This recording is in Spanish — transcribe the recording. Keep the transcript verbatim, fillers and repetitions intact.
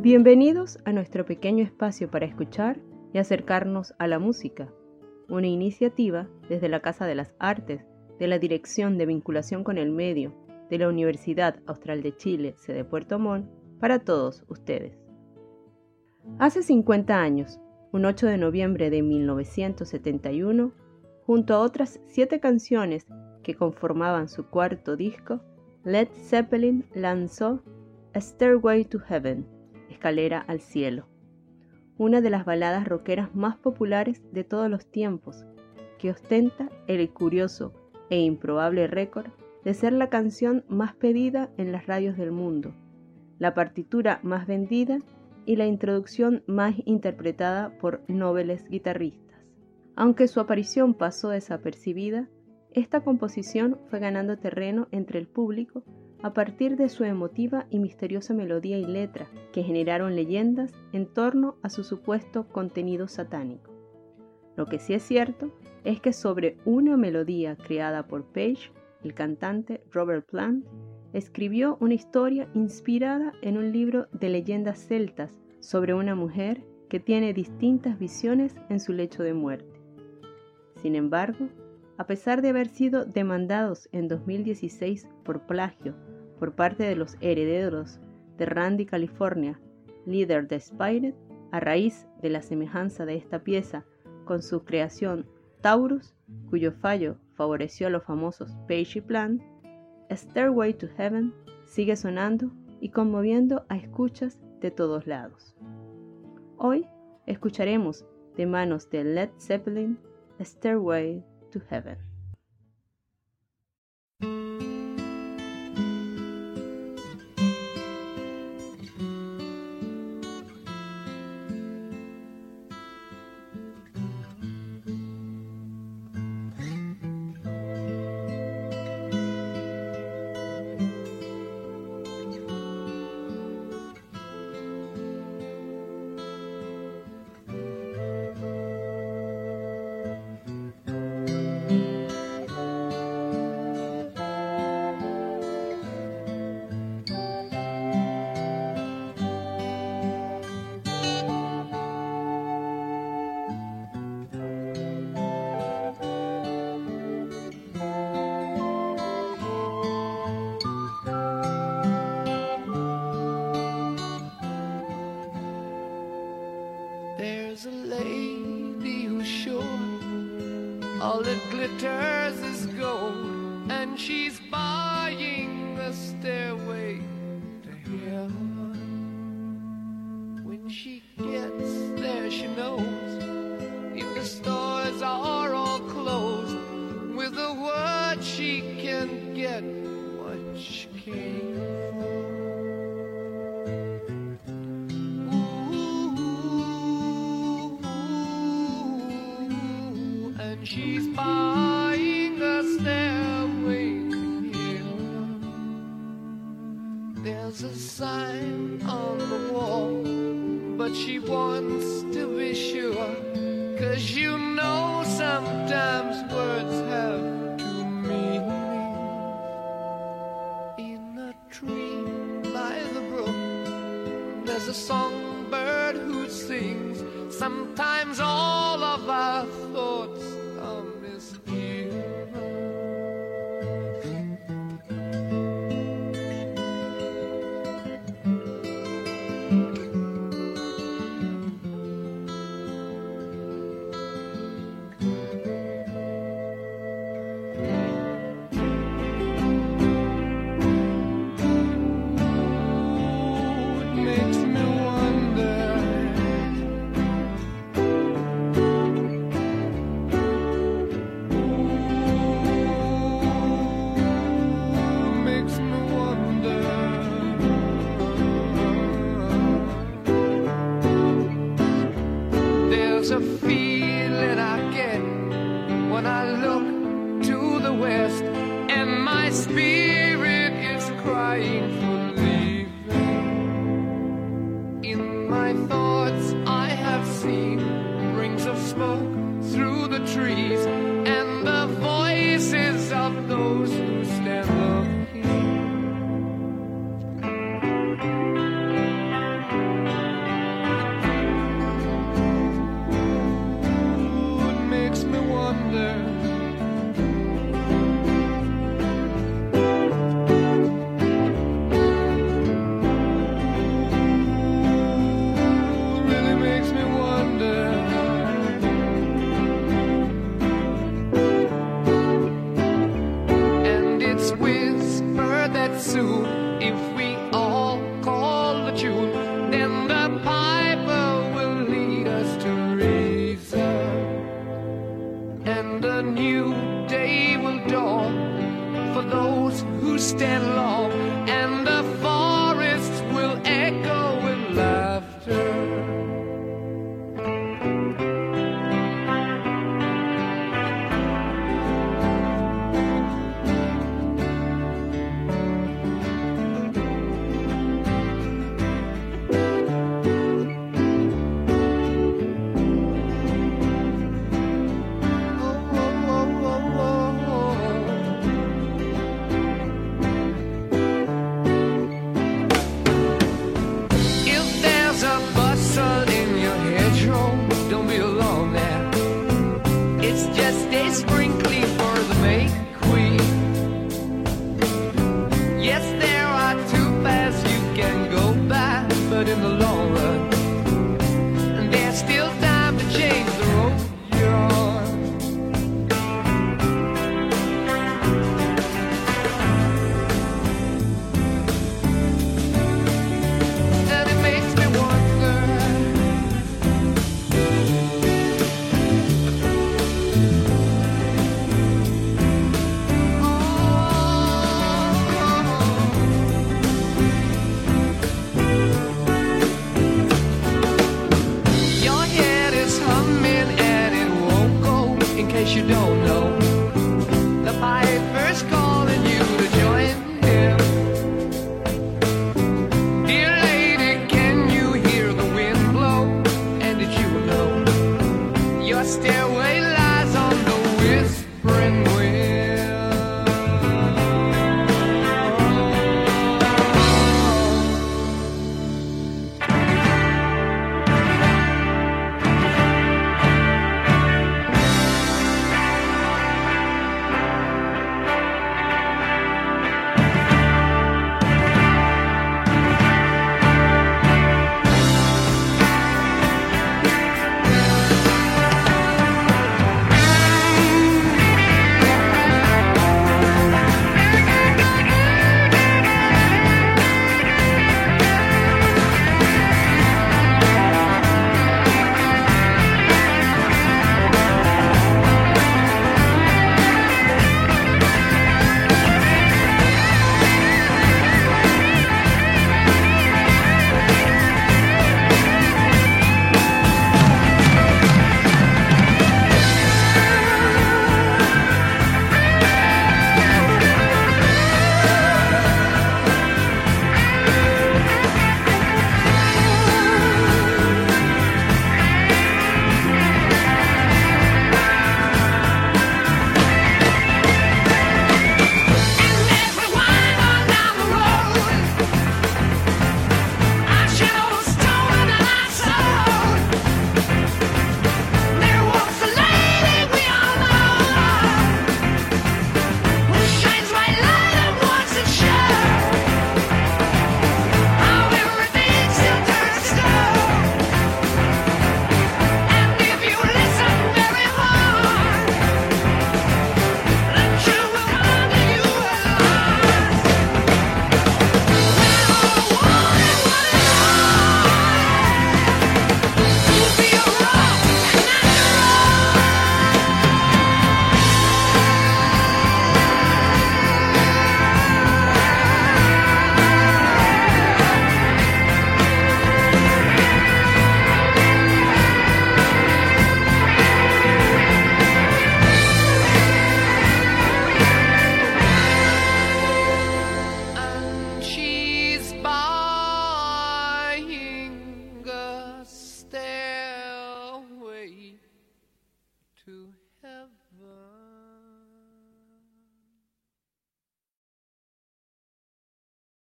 Bienvenidos a nuestro pequeño espacio para escuchar y acercarnos a la música, una iniciativa desde la Casa de las Artes, de la Dirección de Vinculación con el Medio, de la Universidad Austral de Chile, sede Puerto Montt, para todos ustedes. Hace cincuenta años, un ocho de noviembre de mil novecientos setenta y uno, junto a otras siete canciones que conformaban su cuarto disco, Led Zeppelin lanzó A Stairway to Heaven, Escalera al Cielo, una de las baladas rockeras más populares de todos los tiempos, que ostenta el curioso e improbable récord de ser la canción más pedida en las radios del mundo, la partitura más vendida y la introducción más interpretada por nobles guitarristas. Aunque su aparición pasó desapercibida, esta composición fue ganando terreno entre el público a partir de su emotiva y misteriosa melodía y letra, que generaron leyendas en torno a su supuesto contenido satánico. Lo que sí es cierto es que sobre una melodía creada por Page, el cantante Robert Plant escribió una historia inspirada en un libro de leyendas celtas sobre una mujer que tiene distintas visiones en su lecho de muerte. Sin embargo, a pesar de haber sido demandados en dos mil dieciséis por plagio por parte de los herederos de Randy California, líder de Spirit, a raíz de la semejanza de esta pieza con su creación Taurus, cuyo fallo favoreció a los famosos Page y Plant, A Stairway to Heaven sigue sonando y conmoviendo a escuchas de todos lados. Hoy escucharemos de manos de Led Zeppelin A Stairway to Heaven. There's a lady who's sure all that glitters is gold, and she's buying a stairway to heaven. When she gets there, she knows if the stores are all closed, with a word she can get what she came for. She's buying a stairway here. There's a sign on the wall, but she wants to be sure, 'cause you know sometimes words have two meanings. In a tree by the brook, there's a songbird who sings. Sometimes all of our thoughts are misgiven. soon. If we all call the tune, then the piper will lead us to reason, and a new day will dawn for those who stand long and